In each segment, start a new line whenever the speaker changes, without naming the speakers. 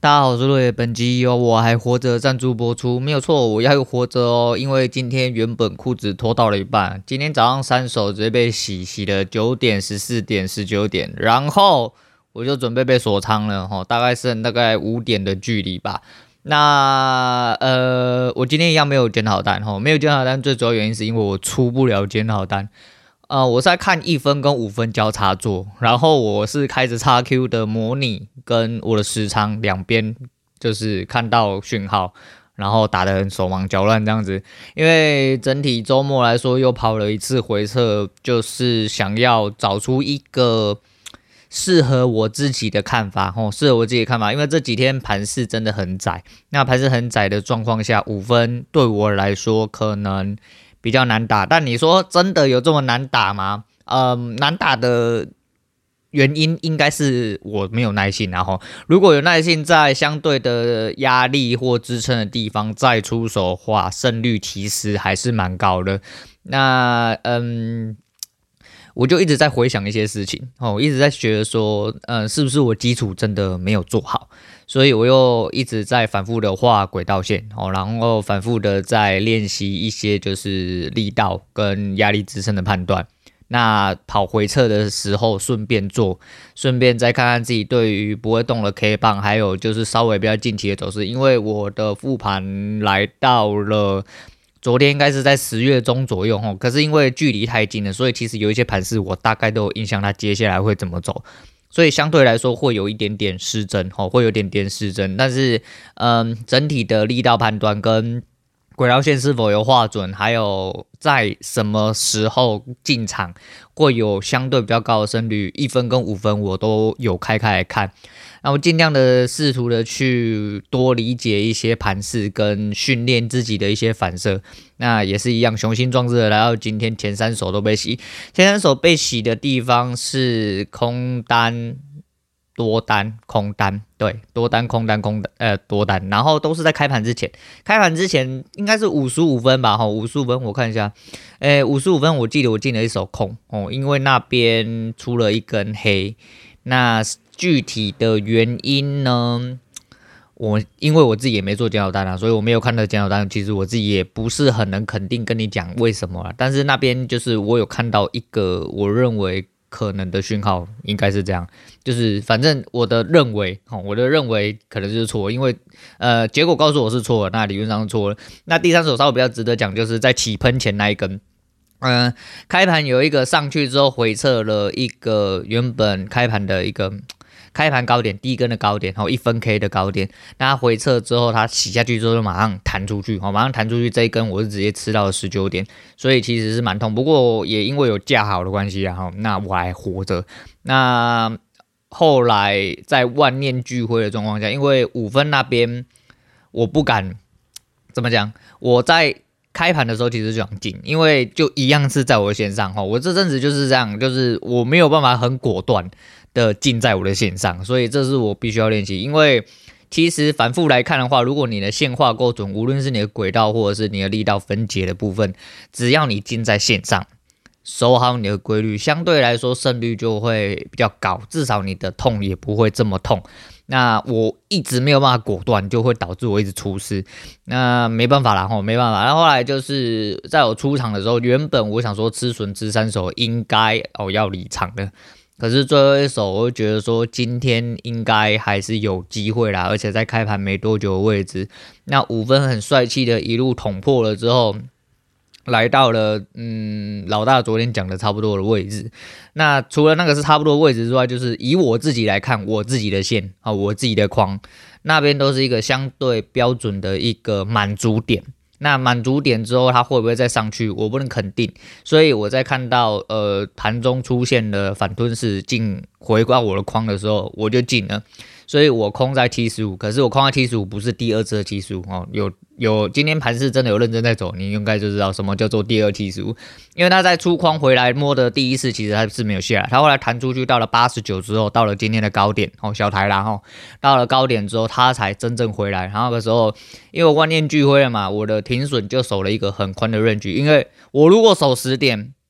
大家好，我是瑞，本集由我还活着赞助播出，没有错，我还活着哦。因为今天原本裤子脱到了一半，今天早上3手直接被洗了9点、14点、19点，然后我就准备被锁仓了大概剩5点的距离吧。那我今天一样没有检讨单没有检讨单，最主要原因是因为我出不了检讨单。我是在看1分跟5分交叉做，然后我是开着 XQ 的模拟跟我的实仓两边就是看到讯号，然后打得很手忙脚乱这样子。因为整体周末来说又跑了一次回测，就是想要找出一个适合我自己的看法适合我自己的看法。因为这几天盘势真的很窄，那盘势很窄的状况下，5分对我来说可能比较难打，但你说真的有这么难打吗？难打的原因应该是我没有耐性，然后如果有耐性，在相对的压力或支撑的地方再出手的话，胜率其实还是蛮高的。那我就一直在回想一些事情一直在觉得说，是不是我基础真的没有做好？所以我又一直在反复的画轨道线然后反复的在练习一些就是力道跟压力支撑的判断。那跑回撤的时候顺便再看看自己对于不会动的 K 棒，还有就是稍微比较近期的走势。因为我的复盘来到了昨天应该是在10月中左右可是因为距离太近了，所以其实有一些盘势我大概都有印象它接下来会怎么走，所以相对来说会有一点点失真会有点点失真。但是整体的力道判断跟轨道线是否有画准，还有在什么时候进场会有相对比较高的胜率，1分跟5分我都有开来看。那我尽量的试图的去多理解一些盘势跟训练自己的一些反射。那也是一样雄心壮志的来到今天，前3手都被洗。前3手被洗的地方是空单、多单、空单，对，多单、空单、多单，然后都是在开盘之前应该是55分吧55分我看一下，55分我记得我进了一手空因为那边出了一根黑。那具体的原因呢，因为我自己也没做检讨单所以我没有看到检讨单，其实我自己也不是很能肯定跟你讲为什么但是那边就是我有看到一个我认为可能的讯号，应该是这样，就是反正我的认为可能就是错，因为结果告诉我是错的，那理论上是错了。那第3手稍微比较值得讲，就是在起喷前那一根。开盘有一个上去之后回撤了一个原本开盘的一个开盘高点，第一根的高点1分 K 的高点。那它回撤之后它洗下去之后就马上弹出去这一根我是直接吃到了19点，所以其实是蛮痛。不过也因为有架好的关系那我还活着。那后来在万念俱灰的状况下，因为5分那边我不敢怎么讲，我在开盘的时候其实就想进，因为就一样是在我的线上我这阵子就是这样，就是我没有办法很果断的进在我的线上，所以这是我必须要练习。因为其实反复来看的话，如果你的线画够准，无论是你的轨道或者是你的力道分解的部分，只要你进在线上，守好你的规律，相对来说胜率就会比较高，至少你的痛也不会这么痛。那我一直没有办法果断，就会导致我一直出事。那没办法啦没办法。然后后来就是在我出场的时候，原本我想说吃损吃3手应该要离场的，可是最后一手我就觉得说今天应该还是有机会啦，而且在开盘没多久的位置，那5分很帅气的一路捅破了之后，来到了老大昨天讲的差不多的位置。那除了那个是差不多的位置之外，就是以我自己来看，我自己的线我自己的框那边都是一个相对标准的一个满足点。那满足点之后它会不会再上去我不能肯定，所以我在看到盘中出现了反吞噬进回到我的框的时候我就进了，所以我空在75，可是我空在75不是第2次的75有今天盘势真的有认真在走，你应该就知道什么叫做第275，因为他在出框回来摸的第1次其实他是没有下来，他后来弹出去到了89之后，到了今天的高点小台啦到了高点之后他才真正回来。然后那个时候因为我万念俱灰了嘛，我的停损就守了一个很宽的range，因为我如果守10点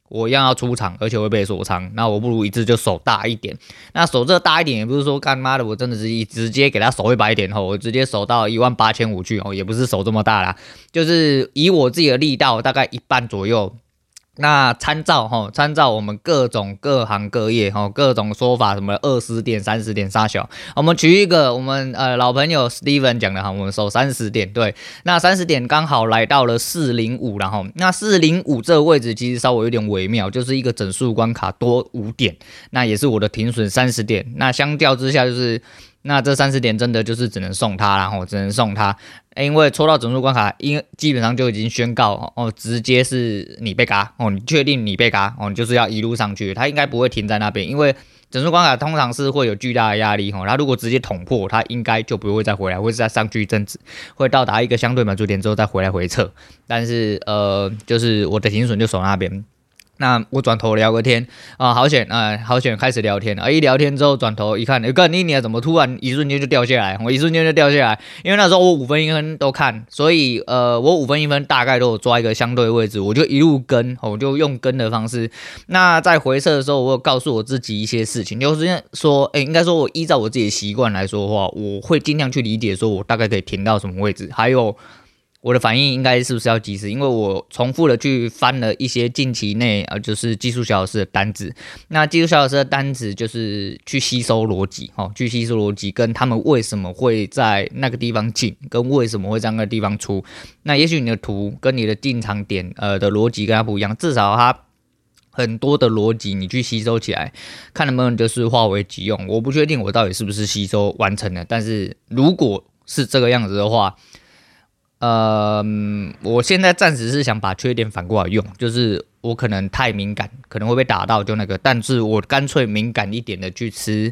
我一样要出场，而且会被锁仓，那我不如一次就守大一点。那守这大一点，也不是说干妈的，我真的是直接给他守100点吼，我直接守到18500去哦，也不是守这么大啦，就是以我自己的力道大概一半左右。那参照我们各行各业各种说法，什么20点、30点杀小，我们举一个我们老朋友 Steven 讲的我们守30点，对，那30点刚好来到了405，然后那405这个位置其实稍微有点微妙，就是一个整数关卡多5点，那也是我的停损30点，那相较之下就是那这30点真的就是只能送他啦，只能送他，因为抽到整数关卡，基本上就已经宣告直接是你被嘎你确定你被嘎你就是要一路上去，他应该不会停在那边，因为整数关卡通常是会有巨大的压力他如果直接捅破，他应该就不会再回来，会再上去一阵子，会到达一个相对满足点之后再回来回撤，但是就是我的停损就守那边。那我转头聊个天好险开始聊天一聊天之后转头一看，干你怎么突然一瞬间就掉下来？我一瞬间就掉下来，因为那时候我5分1分都看，所以我5分1分大概都有抓一个相对位置，我就一路跟，我就用跟的方式。那在回撤的时候，我有告诉我自己一些事情，就是说，应该说我依照我自己的习惯来说的话，我会尽量去理解说我大概可以停到什么位置，还有我的反应应该是不是要及时？因为我重复的去翻了一些近期内就是技术小老师的单子。那技术小老师的单子就是去吸收逻辑，去吸收逻辑跟他们为什么会在那个地方进，跟为什么会在那个地方出。那也许你的图跟你的进场点的逻辑跟它不一样，至少它很多的逻辑你去吸收起来，看能不能就是化为己用。我不确定我到底是不是吸收完成了，但是如果是这个样子的话。我现在暂时是想把缺点反过来用，就是我可能太敏感，可能会被打到就那个，但是我干脆敏感一点的去吃，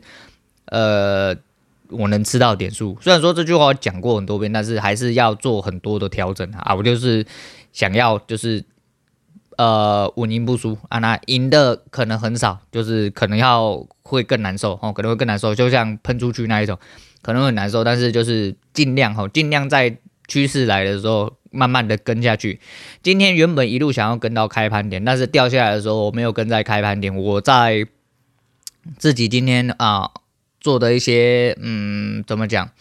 我能吃到的点数。虽然说这句话我讲过很多遍，但是还是要做很多的调整我就是想要就是稳赢不输那赢的可能很少，就是可能会更难受可能会更难受，就像喷出去那一种，可能会很难受，但是就是尽量在趋势来的时候，慢慢的跟下去。今天原本一路想要跟到开盘点，但是掉下来的时候，我没有跟在开盘点。我在自己今天做的一些怎么讲？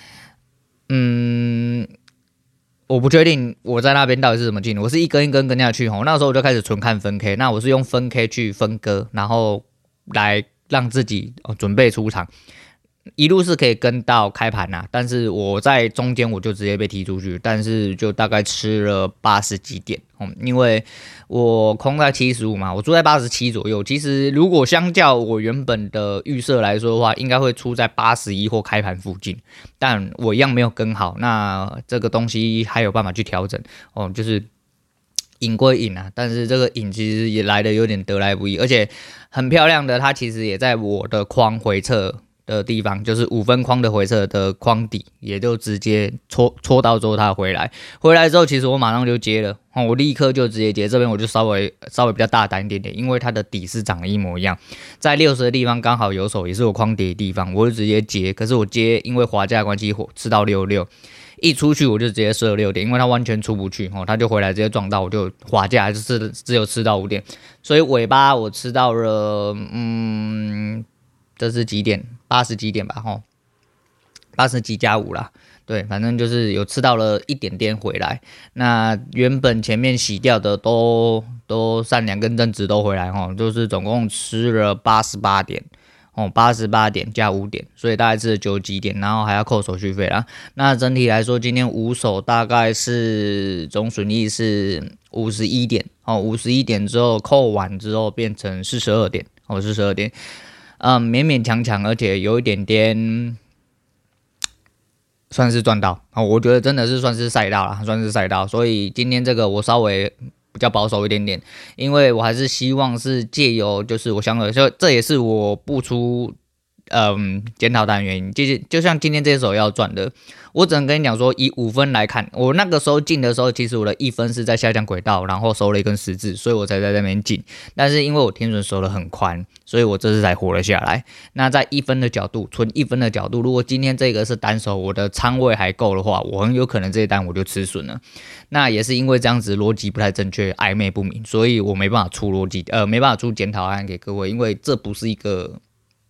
我不确定我在那边到底是怎么进，我是一根一根跟下去那时候我就开始纯看分 K， 那我是用分 K 去分割，然后来让自己准备出场。一路是可以跟到开盘但是我在中间我就直接被踢出去，但是就大概吃了80几点因为我空在75嘛，我出在87左右。其实如果相较我原本的预设来说的话，应该会出在81或开盘附近，但我一样没有跟好。那这个东西还有办法去调整就是赢归赢但是这个赢其实也来的有点得来不易，而且很漂亮的，它其实也在我的框回撤的地方，就是5分框的回撤的框底，也就直接戳到之后它回来之后，其实我马上就接了我立刻就直接接。这边我就稍微比较大胆一点点，因为它的底是长得一模一样，在60的地方刚好有手，也是有框底的地方，我就直接接。可是我接因为滑价的关系吃到66，一出去我就直接射6点，因为它完全出不去它就回来直接撞到，我就滑价就是只有吃到5点，所以尾巴我吃到了这是几点？80几点吧，80几加5啦，对，反正就是有吃到了一点点回来。那原本前面洗掉的都3、2根正值都回来就是总共吃了88点，88点加5点，所以大概吃了90几点，然后还要扣手续费啦。那整体来说，今天5手大概是总损益是51点，51点之后扣完之后变成42点，42点。勉勉强强，而且有一点点算是赚到我觉得真的是算是赛道啦，算是赛道。所以今天这个我稍微比较保守一点点，因为我还是希望是借由就是我想的，就这也是我不出检讨单元原因，就像今天这首要赚的，我只能跟你讲说，以5分来看，我那个时候进的时候，其实我的1分是在下降轨道，然后收了一根十字，所以我才在那边进。但是因为我天损收得很宽，所以我这次才活了下来。那在1分的角度，纯1分的角度，如果今天这个是单手，我的仓位还够的话，我很有可能这一单我就吃损了。那也是因为这样子逻辑不太正确，暧昧不明，所以我没办法出没办法出检讨案给各位，因为这不是一个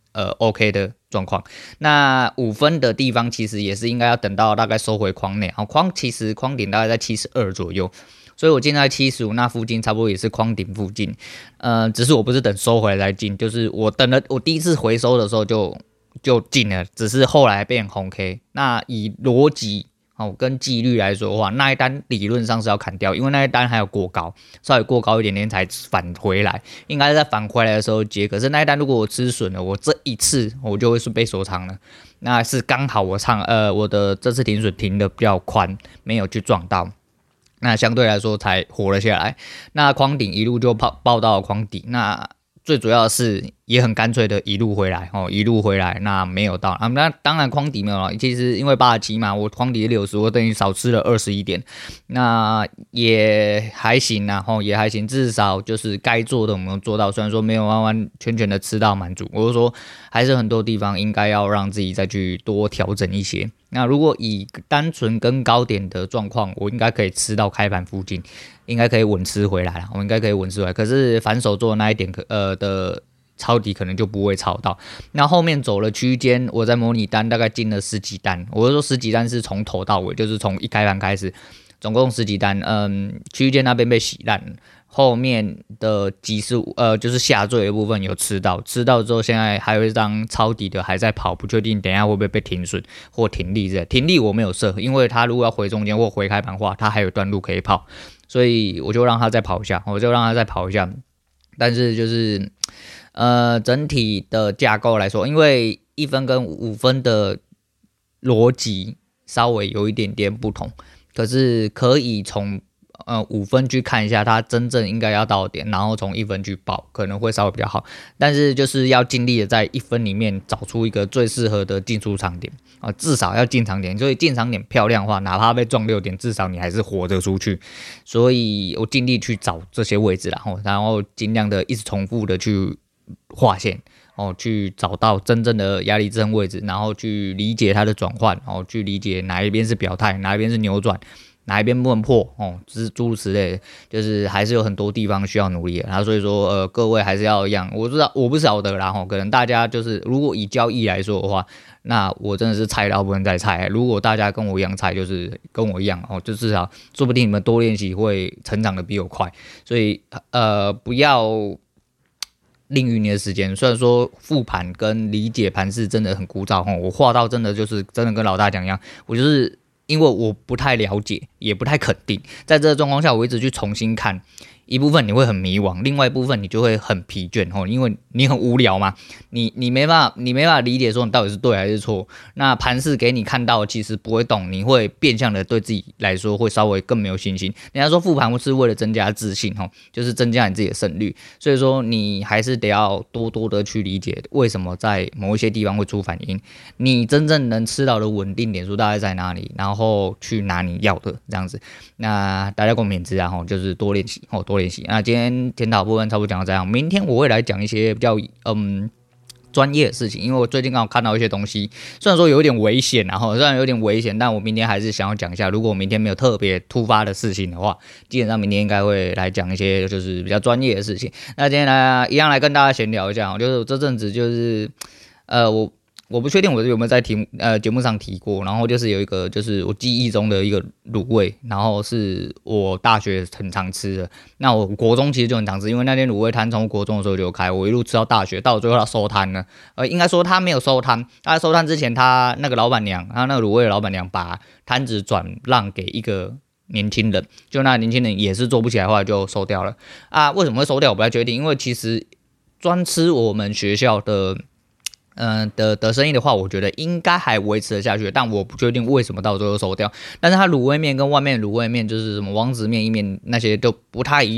OK 的状况。那5分的地方其实也是应该要等到大概收回框内，其实框顶大概在72左右，所以我进在75那附近，差不多也是框顶附近。只是我不是等收回来进，就是我第一次回收的时候就进了，只是后来变红 K。那以逻辑跟纪律来说的话，那一单理论上是要砍掉，因为那一单还有过高，稍微过高一点点才返回来，应该在返回来的时候接。可是那一单如果我吃损了，我这一次我就会是被锁仓了。那是刚好我的这次停损停的比较宽，没有去撞到，那相对来说才活了下来。那框顶一路就爆到了框底，那最主要的是也很干脆的一路回来，那没有到那当然框底没有了，其实因为87嘛，我框底60，我等于少吃了21点，那也还行啦，也还行，至少就是该做的我们做到，虽然说没有完完全全的吃到满足，我就说还是很多地方应该要让自己再去多调整一些。那如果以单纯跟高点的状况，我应该可以吃到开盘附近，应该可以稳吃回来了，我应该可以稳吃回来。可是反手做的那一点的抄底可能就不会抄到。那后面走了区间，我在模拟单大概进了10几单，我就说10几单是从头到尾，就是从一开盘开始，总共10几单，区间那边被洗烂。后面的就是下坠的部分有吃到之后，现在还有一张抄底的还在跑，不确定等一下会不会被停损或停利之类。停利我没有设，因为他如果要回中间或回开盘的话，他还有段路可以跑，所以我就让他再跑一下，但是就是整体的架构来说，因为1分跟5分的逻辑稍微有一点点不同，可是可以从5分去看一下它真正应该要到的点，然后从1分去报，可能会稍微比较好。但是就是要尽力的在1分里面找出一个最适合的进出场点至少要进场点。所以进场点漂亮的话，哪怕被撞6点，至少你还是活着出去。所以我尽力去找这些位置啦，然后尽量的一直重复的去划线。去找到真正的压力支撑位置，然后去理解它的转换，去理解哪一边是表态，哪一边是扭转，哪一边不能破诸如此类的，就是还是有很多地方需要努力的。然后所以说各位还是要一样，我不晓得啦可能大家就是如果以交易来说的话，那我真的是菜到不能再菜。如果大家跟我一样菜，就是跟我一样就至少说不定你们多练习会成长的比我快。所以不要另余你的时间，虽然说复盘跟理解盘势真的很枯燥我画到真的就是真的跟老大讲一样，我就是因为我不太了解，也不太肯定，在这个状况下，我一直去重新看。一部分你会很迷惘，另外一部分你就会很疲倦因为你很无聊嘛，你没办法理解说你到底是对还是错。那盘势给你看到其实不会动，你会变相的对自己来说会稍微更没有信心。人家说复盘是为了增加自信就是增加你自己的胜率，所以说你还是得要多多的去理解为什么在某一些地方会出反应，你真正能吃到的稳定点数大概在哪里，然后去拿你要的这样子。那大家共勉之就是多练习那今天检讨部分差不多讲到这样，明天我会来讲一些比较专业的事情，因为我最近刚好看到一些东西，虽然说有点危险但我明天还是想要讲一下。如果我明天没有特别突发的事情的话，基本上明天应该会来讲一些就是比较专业的事情。那今天一样来跟大家闲聊一下就是这阵子就是我不确定我有没有在节目上提过，然后就是有一个就是我记忆中的一个卤味，然后是我大学很常吃的。那我国中其实就很常吃，因为那间卤味摊从国中的时候就有开，我一路吃到大学，到最后他收摊了。应该说他没有收摊，他在收摊之前，他那个老板娘，他那个卤味的老板娘把摊子转让给一个年轻人，就那年轻人也是做不起来，后来就收掉了为什么会收掉我不太确定，因为其实专吃我们学校的生意的话，我觉得应该还维持得下去，但我不确定为什么到最后收掉。但是它卤味面跟外面卤味面就是什么王子面、意面那些都不太一样，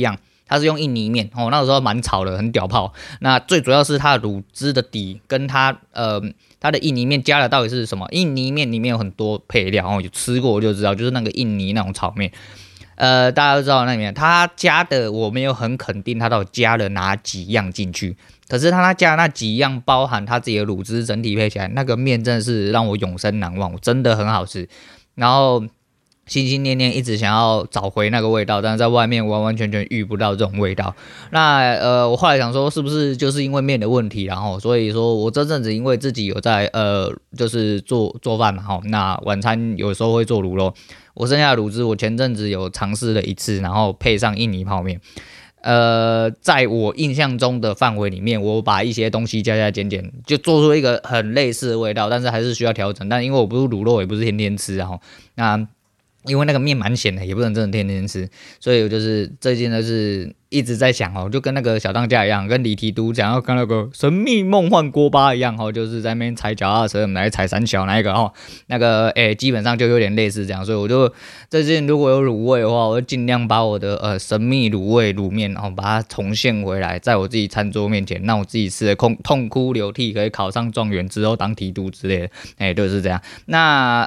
它是用印尼面哦，那个时候蛮潮的，很屌炮。那最主要是它的乳汁的底跟它的印尼面加的到底是什么？印尼面里面有很多配料哦，有吃过我就知道，就是那个印尼那种炒面。大家都知道那里面他加的，我没有很肯定他到底加了哪几样进去。可是他加的那几样，包含他自己的卤汁，整体配起来，那个面真的是让我永生难忘，真的很好吃。然后心心念念一直想要找回那个味道，但是在外面完完全全遇不到这种味道。那我后来想说，是不是就是因为面的问题，然后所以说我这阵子因为自己有在就是做饭嘛，哈，那晚餐有时候会做卤肉，我剩下的卤汁我前阵子有尝试了一次，然后配上印尼泡面。在我印象中的范围里面，我把一些东西加减减，就做出一个很类似的味道，但是还是需要调整。但因为我不是卤肉，也不是天天吃，然后那因为那个面蛮咸的，也不能真的天天吃，所以我就是最近呢是一直在想就跟那个小当家一样，跟李提督讲要跟那个神秘梦幻锅巴一样就是在那边踩脚踏车，我们来踩三小那一个那个基本上就有点类似这样，所以我就最近如果有卤味的话，我就尽量把我的神秘卤味卤面把它重现回来，在我自己餐桌面前，让我自己吃的痛哭流涕，可以考上状元之后当提督之类的，就是这样。那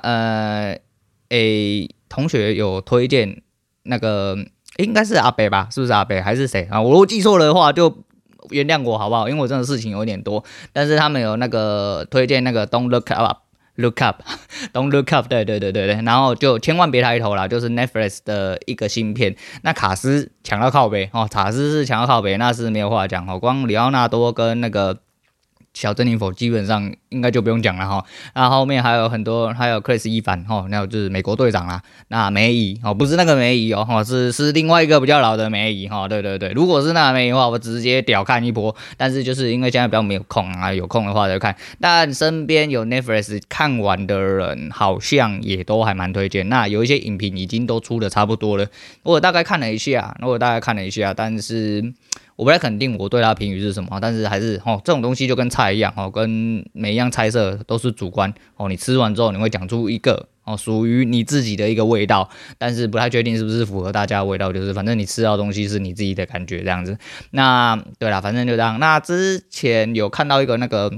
同学有推荐那个应该是阿北吧，是不是阿北还是谁啊？我如果记错了的话就原谅我好不好？因为我真的事情有点多，但是他们有那个推荐那个 Don't Look Up Don't Look Up 对，然后就千万别抬头啦，就是 Netflix 的一个新片。那卡斯抢到靠北卡斯是抢到靠北，那是没有话讲光里奥纳多跟那个小珍妮佛基本上应该就不用讲了那后面还有很多，还有克里斯伊凡那就是美国队长啦。那梅姨不是那个梅姨是另外一个比较老的梅姨对，如果是那个梅姨的话，我直接屌看一波。但是就是因为现在比较没有空有空的话再看。但身边有 Netflix 看完的人，好像也都还蛮推荐。那有一些影评已经都出的差不多了，我大概看了一下，但是我不太肯定我对他评语是什么，但是还是这种东西就跟菜一样跟每一样菜色都是主观你吃完之后你会讲出一个属于你自己的一个味道，但是不太确定是不是符合大家的味道，就是反正你吃到的东西是你自己的感觉这样子。那对啦，反正就这样。那之前有看到一个那个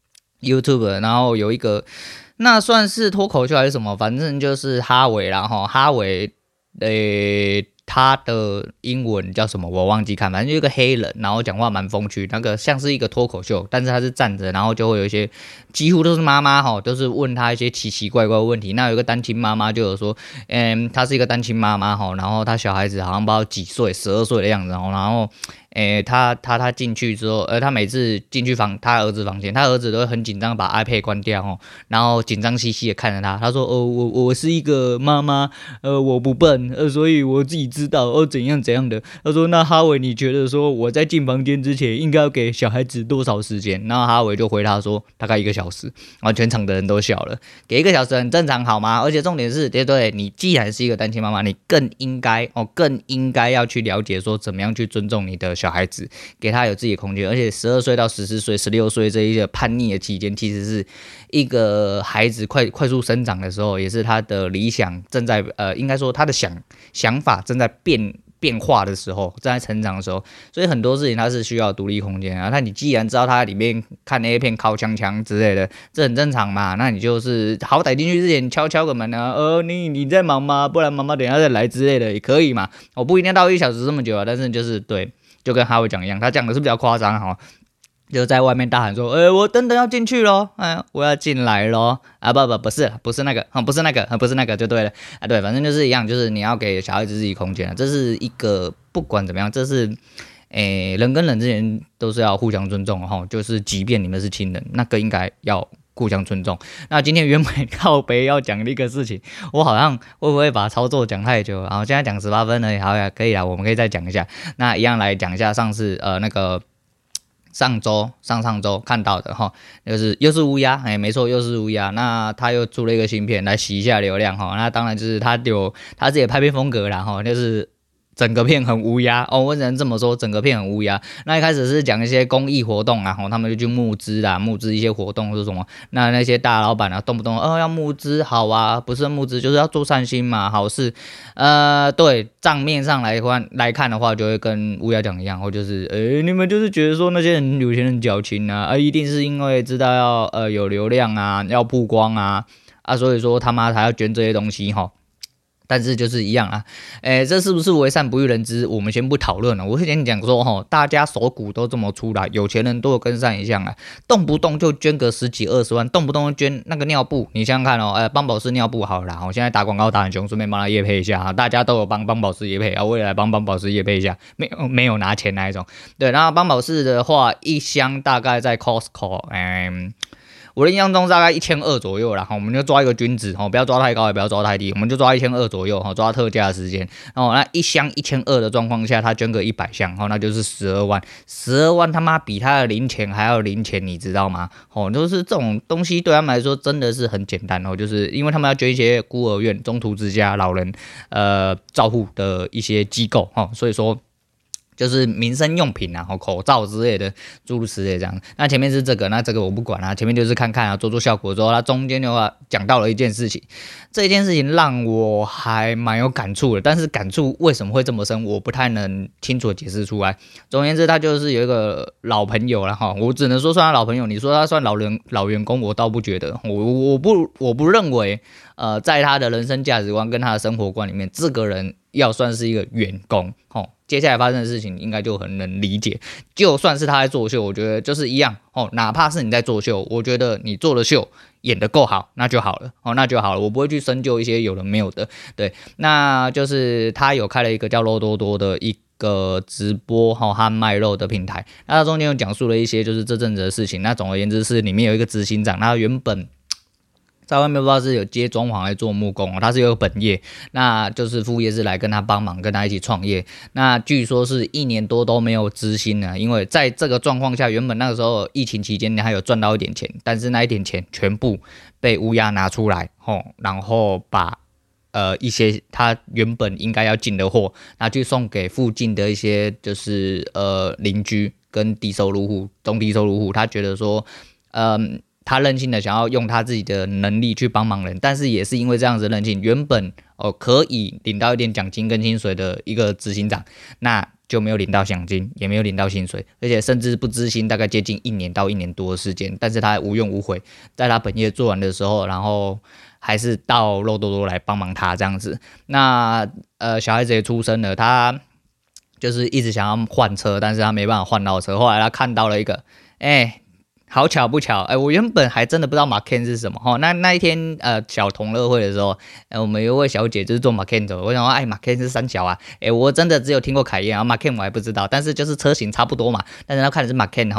YouTube， 然后有一个那算是脱口秀还是什么，反正就是哈维啦哈维他的英文叫什么我忘记看，反正就一个黑人，然后讲话蛮风趣，那个像是一个脱口秀，但是他是站着，然后就会有一些几乎都是妈妈都是问他一些奇奇怪怪的问题。那有一个单亲妈妈就有说，她是一个单亲妈妈然后她小孩子好像不知道几岁，12岁的样子然后他进去之后，他每次进去他儿子房间，他儿子都会很紧张把 iPad 关掉然后紧张兮兮的看着他，他说我是一个妈妈，我不笨，所以我自己知道怎样怎样的。他说那哈维你觉得说我在进房间之前应该要给小孩子多少时间？然后哈维就回答说大概1个小时，然后全场的人都笑了，给1个小时很正常好吗？而且重点是对，你既然是一个单亲妈妈，你更应该要去了解说怎么样去尊重你的小孩子，给他有自己的空间。而且12岁到14岁、16岁这一个叛逆的期间，其实是一个孩子快速生长的时候，也是他的理想正在应该说他的想法正在变化的时候，正在成长的时候，所以很多事情它是需要独立空间那你既然知道他里面看 A 片靠枪之类的，这很正常嘛。那你就是好歹进去之前敲个门你在忙吗？不然妈妈等一下再来之类的也可以嘛。我不一定到1小时这么久但是就是对。就跟哈维讲一样，他讲的是比较夸张就在外面大喊说我等等要进去咯我要进来咯不是那个就对了对，反正就是一样，就是你要给小孩子自己空间这是一个不管怎么样，这是人跟人之间都是要互相尊重就是即便你们是亲人，那个应该要互相尊重。那今天原本靠北要讲的一个事情，我好像会不会把操作讲太久，然后现在讲18分了，好呀，可以啦，我们可以再讲一下。那一样来讲一下上次那个上上周看到的就是又是乌鸦没错，又是乌鸦。那他又出了一个新片来洗一下流量那当然就是他自己的拍片风格啦就是整个片很乌鸦哦，我只能这么说，整个片很乌鸦。那一开始是讲一些公益活动啊，他们就去募资啦，募资一些活动是什么？那些大老板啊，动不动要募资，好啊，不是募资就是要做善心嘛，好事。对，账面上来看的话，就会跟乌鸦讲一样，或就是你们就是觉得说那些人有钱人矫情啊，一定是因为知道要有流量啊，要曝光啊，所以说他妈才要捐这些东西哈。但是就是一样啊，这是不是为善不欲人知？我们先不讨论了。我是先讲说，大家手骨都这么粗啦，有钱人都有跟上一项啊，动不动就捐个10几20万，动不动就捐那个尿布，你想想看哦，邦宝适尿布好啦，我现在打广告打很凶，顺便帮他业配一下啊，大家都有帮邦宝适业配啊，我也来帮邦宝适业配一下，没有拿钱那一种。对，然后邦宝适的话，一箱大概在 Costco，我的印象中大概1200左右啦，我们就抓一个均值，不要抓太高，也不要抓太低，我们就抓1200左右，抓特价的时间。那一箱1200的状况下，他捐个100箱，那就是12万，12万他妈比他的零钱还要零钱，你知道吗？就是这种东西对他们来说真的是很简单就是因为他们要捐一些孤儿院、中途之家、老人照护的一些机构，所以说。就是民生用品啊，口罩之类的，诸如此类这样。那前面是这个，那这个我不管啊，前面就是看看啊，做效果之后，它中间的话讲到了一件事情，这一件事情让我还蛮有感触的，但是感触为什么会这么深，我不太能清楚的解释出来。总而言之，他就是有一个老朋友了哈，我只能说算他老朋友，你说他算老员工，我倒不觉得，我不认为，在他的人生价值观跟他的生活观里面，这个人要算是一个员工，接下来发生的事情应该就很能理解。就算是他在作秀，我觉得就是一样哪怕是你在作秀，我觉得你做的秀演得够好，那就好了那就好了。我不会去深究一些有的没有的。对，那就是他有开了一个叫肉多多的一个直播和卖肉的平台。那他中间有讲述了一些就是这阵子的事情。那总而言之是里面有一个执行长，他原本在外面不知道是有接装潢来做木工他是有本业，那就是副业是来跟他帮忙，跟他一起创业。那据说是1年多都没有支薪了，因为在这个状况下，原本那个时候疫情期间你还有赚到一点钱，但是那一点钱全部被乌鸦拿出来，然后把一些他原本应该要进的货拿去送给附近的一些就是邻居跟低收入户、中低收入户，他觉得说他任性的想要用他自己的能力去帮忙人，但是也是因为这样子的任性，原本可以领到一点奖金跟薪水的一个执行长，那就没有领到奖金，也没有领到薪水，而且甚至不支薪，大概接近1年到1年多的时间，但是他无怨无悔，在他本业做完的时候，然后还是到肉多多来帮忙他这样子。那小孩子也出生了，他就是一直想要换车，但是他没办法换到车，后来他看到了一个好巧不巧，我原本还真的不知道 Macan 是什么那一天小同乐会的时候，我们有位小姐就是做 Macan 的，我想说Macan 是三小啊，我真的只有听过凯宴Macan 我还不知道，但是就是车型差不多嘛，但是他看的是 Macan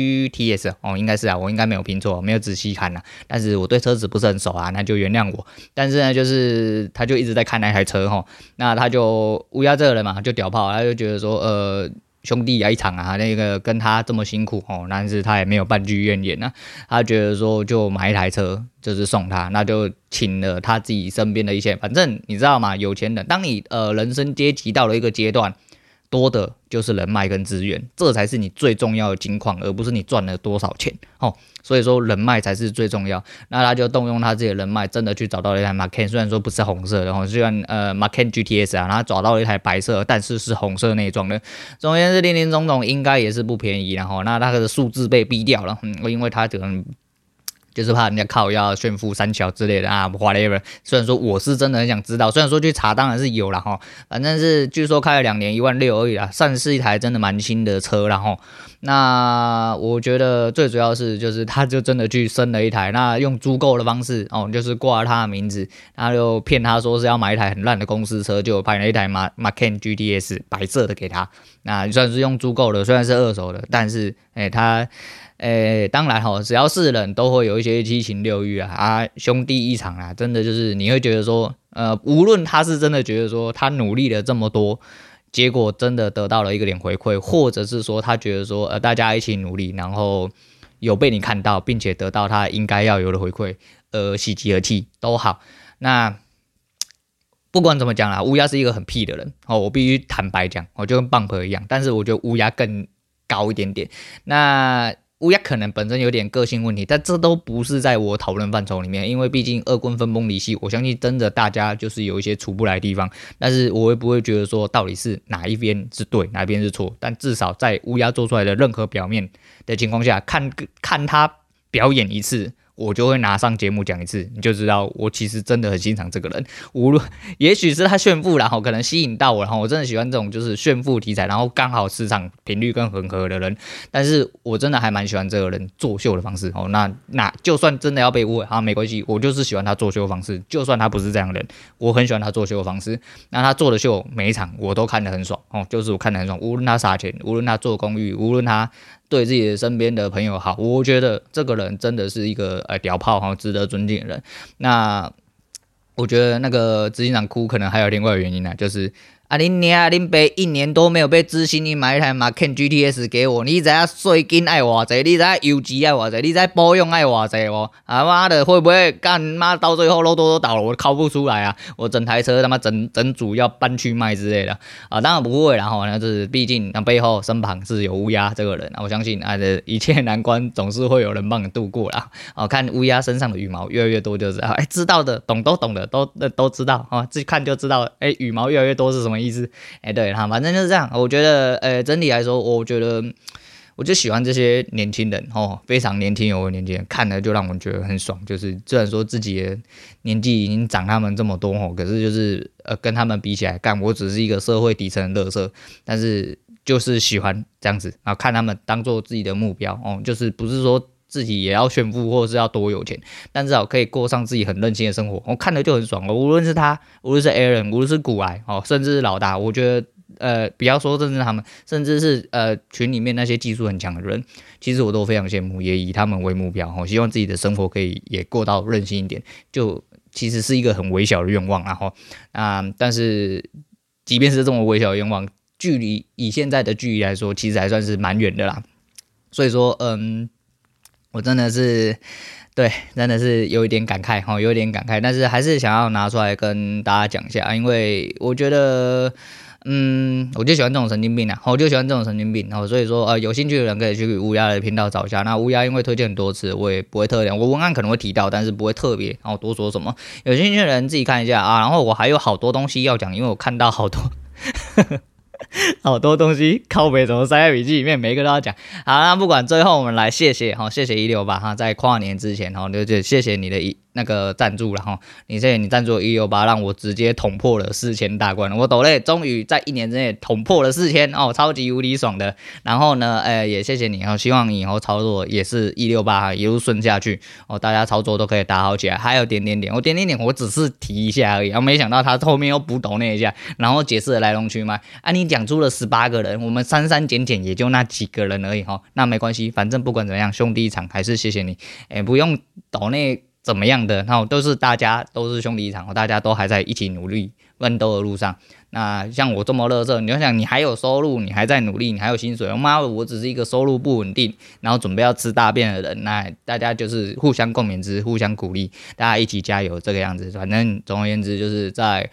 GTS 应该是我应该没有拼错，没有仔细看但是我对车子不是很熟那就原谅我。但是呢，就是他就一直在看那台车那他就乌鸦这个人嘛，就屌炮，他就觉得说兄弟一场那个跟他这么辛苦但是他也没有半句怨言他觉得说就买一台车就是送他，那就请了他自己身边的一些，反正你知道吗？有钱人，当你人生阶级到了一个阶段，多的就是人脉跟资源，这才是你最重要的金矿，而不是你赚了多少钱所以说人脉才是最重要。那他就动用他自己的人脉，真的去找到了一台 Macan， 虽然说不是红色的虽然Macan GTS 然后找到了一台白色，但是是红色内装的。总而言之，林林总总应该也是不便宜那他的数字被逼掉了因为他可能就是怕人家靠要炫富三小之类的whatever。虽然说我是真的很想知道，虽然说去查当然是有啦反正是据说开了2年16000而已啦，算是一台真的蛮新的车啦那我觉得最主要是就是他就真的去生了一台，那用租购的方式就是挂他的名字，他就骗他说是要买一台很烂的公司车，就派了一台Macan GTS 白色的给他，那算是用租购的，虽然是二手的，但是他当然只要是人都会有一些七情六欲兄弟一场真的就是你会觉得说无论他是真的觉得说他努力了这么多，结果真的得到了一个点回馈，或者是说他觉得说大家一起努力，然后有被你看到，并且得到他应该要有的回馈，喜极而泣都好。那不管怎么讲啦，乌鸦是一个很屁的人哦，我必须坦白讲，我就跟 Bump 一样，但是我觉得乌鸦更高一点点。那乌鸦可能本身有点个性问题，但这都不是在我讨论范畴里面，因为毕竟二quân分崩离析，我相信真的大家就是有一些处不来的地方，但是我也不会觉得说到底是哪一边是对，哪一边是错，但至少在乌鸦做出来的任何表面的情况下，看他表演一次。我就会拿上节目讲一次，你就知道我其实真的很欣赏这个人。无论也许是他炫富，然后可能吸引到我，然后我真的喜欢这种就是炫富题材，然后刚好市场频率更很合的人。但是我真的还蛮喜欢这个人作秀的方式哦。那就算真的要被误会啊，没关系，我就是喜欢他作秀的方式。就算他不是这样的人，我很喜欢他作秀的方式。那他做的秀每一场我都看得很爽哦，就是我看得很爽。无论他撒钱，无论他做公寓，无论他对自己的身边的朋友好，我觉得这个人真的是一个屌炮哈，值得尊敬的人。那我觉得那个执行长哭可能还有另外的原因呢，就是恁娘恁爸1年多没有被支薪，你买一台Macan GTS 给我，你知影税金爱偌济，你知影油资爱偌济，你知影保养爱偌济无？啊妈的，会不会干妈到最后肉都倒了，我靠不出来啊！我整台车他妈整组要搬去卖之类的啊，当然不会啦吼，那就是毕竟那背后身旁是有乌鸦这个人啊，我相信啊的一切难关总是会有人帮你度过啦。啊，看乌鸦身上的羽毛越来越多就知道，知道的懂的都知道啊，自己看就知道，羽毛越来越多是什么意思？对，反正就是这样。我觉得，整体来说，我就喜欢这些年轻人哦，非常年轻有为年轻人，看了就让我觉得很爽。就是虽然说自己的年纪已经长他们这么多哦，可是就是跟他们比起来，干我只是一个社会底层的垃圾，但是就是喜欢这样子，然后看他们当做自己的目标哦，就是不是说自己也要炫富，或者是要多有钱，但至少可以过上自己很任性的生活。我看了就很爽。无论是他，无论是 Aaron， 无论是古癌哦，甚至是老大，我觉得不要说甚至他们，甚至是群里面那些技术很强的人，其实我都非常羡慕，也以他们为目标哦，希望自己的生活可以也过到任性一点，就其实是一个很微小的愿望，然后但是即便是这么微小的愿望，以现在的距离来说，其实还算是蛮远的啦。所以说，我真的是，对，真的是有一点感慨哈，有一点感慨，但是还是想要拿出来跟大家讲一下，因为我觉得，我就喜欢这种神经病啊，我就喜欢这种神经病，所以说，有兴趣的人可以去乌鸦的频道找一下。那乌鸦因为推荐很多次，我也不会特别，我文案可能会提到，但是不会特别，然后多说什么。有兴趣的人自己看一下啊，然后我还有好多东西要讲，因为我看到好多。好多东西靠北怎么塞在笔记里面，每一个都要讲。好，那不管，最后我们来谢谢168哈，在跨年之前哈，就谢谢你的那个赞助了哈，谢谢你赞助168，让我直接捅破了4000大关，我抖内终于在1年之内捅破了4000哦，超级无敌爽的。然后呢，也谢谢你哦，希望你以后操作也是168一路顺下去哦，大家操作都可以打好起来。还有点，我点我只是提一下而已，没想到他后面又补抖内一下，然后解释了来龙去脉。你讲出了18个人，我们删减也就那几个人而已哈，那没关系，反正不管怎么样，兄弟一场还是谢谢你，不用抖内怎么样的，然后大家都是兄弟一场，大家都还在一起努力奋斗的路上。那像我这么垃圾，你就想你还有收入，你还在努力，你还有薪水，妈的，我只是一个收入不稳定，然后准备要吃大便的人。那大家就是互相共勉之，互相鼓励，大家一起加油，这个样子。反正总而言之，就是在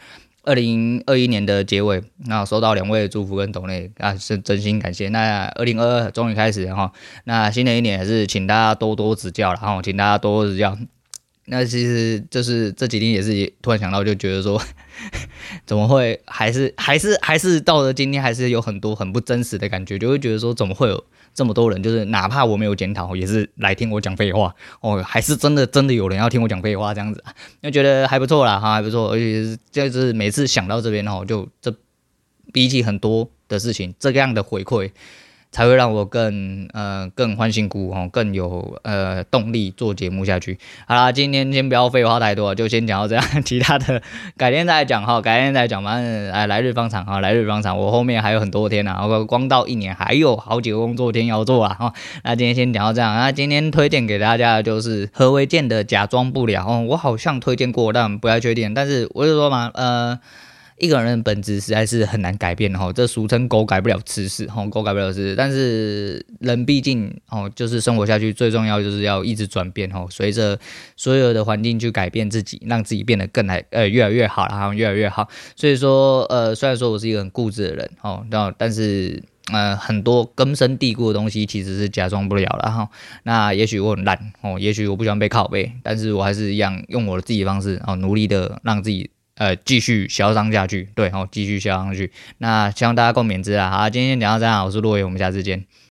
2021年的结尾，那收到2位的祝福跟抖内啊，是真心感谢。那2022终于开始了哈，那新的一年还是请大家多多指教了哈，请大家多多指教。那其实就是这几天也是突然想到，就觉得说，怎么会还是到了今天，还是有很多很不真实的感觉，就会觉得说，怎么会有这么多人，就是哪怕我没有检讨，也是来听我讲废话哦，还是真的有人要听我讲废话这样子，就觉得还不错啦哈，还不错，而且就是每次想到这边哦，就这比起很多的事情，这样的回馈。才会让我更欢欣鼓舞，更有动力做节目下去。好啦，今天先不要废话太多，就先讲到这样，其他的改天再讲哈，反正来日方长哈，来日方长，我后面还有很多天啊，光到1年还有好几个工作天要做啊哈。那今天先讲到这样，那今天推荐给大家的就是何为健的假装不了我好像推荐过，但不太确定，但是我就说嘛， 一个人的本质实在是很难改变这俗称狗改不了吃屎狗改不了吃屎，但是人毕竟就是生活下去最重要就是要一直转变随着所有的环境去改变自己，让自己变得越来越好，然后越来越好。所以说虽然说我是一个很固执的人但是很多根深蒂固的东西其实是假装不了了那也许我很烂也许我不喜欢被拷贝，但是我还是一样用我的自己的方式努力的让自己继续嚣张下去，对继续嚣张下去。那希望大家共勉之啦。好，今天讲到这样，我是洛伟，我们下次见。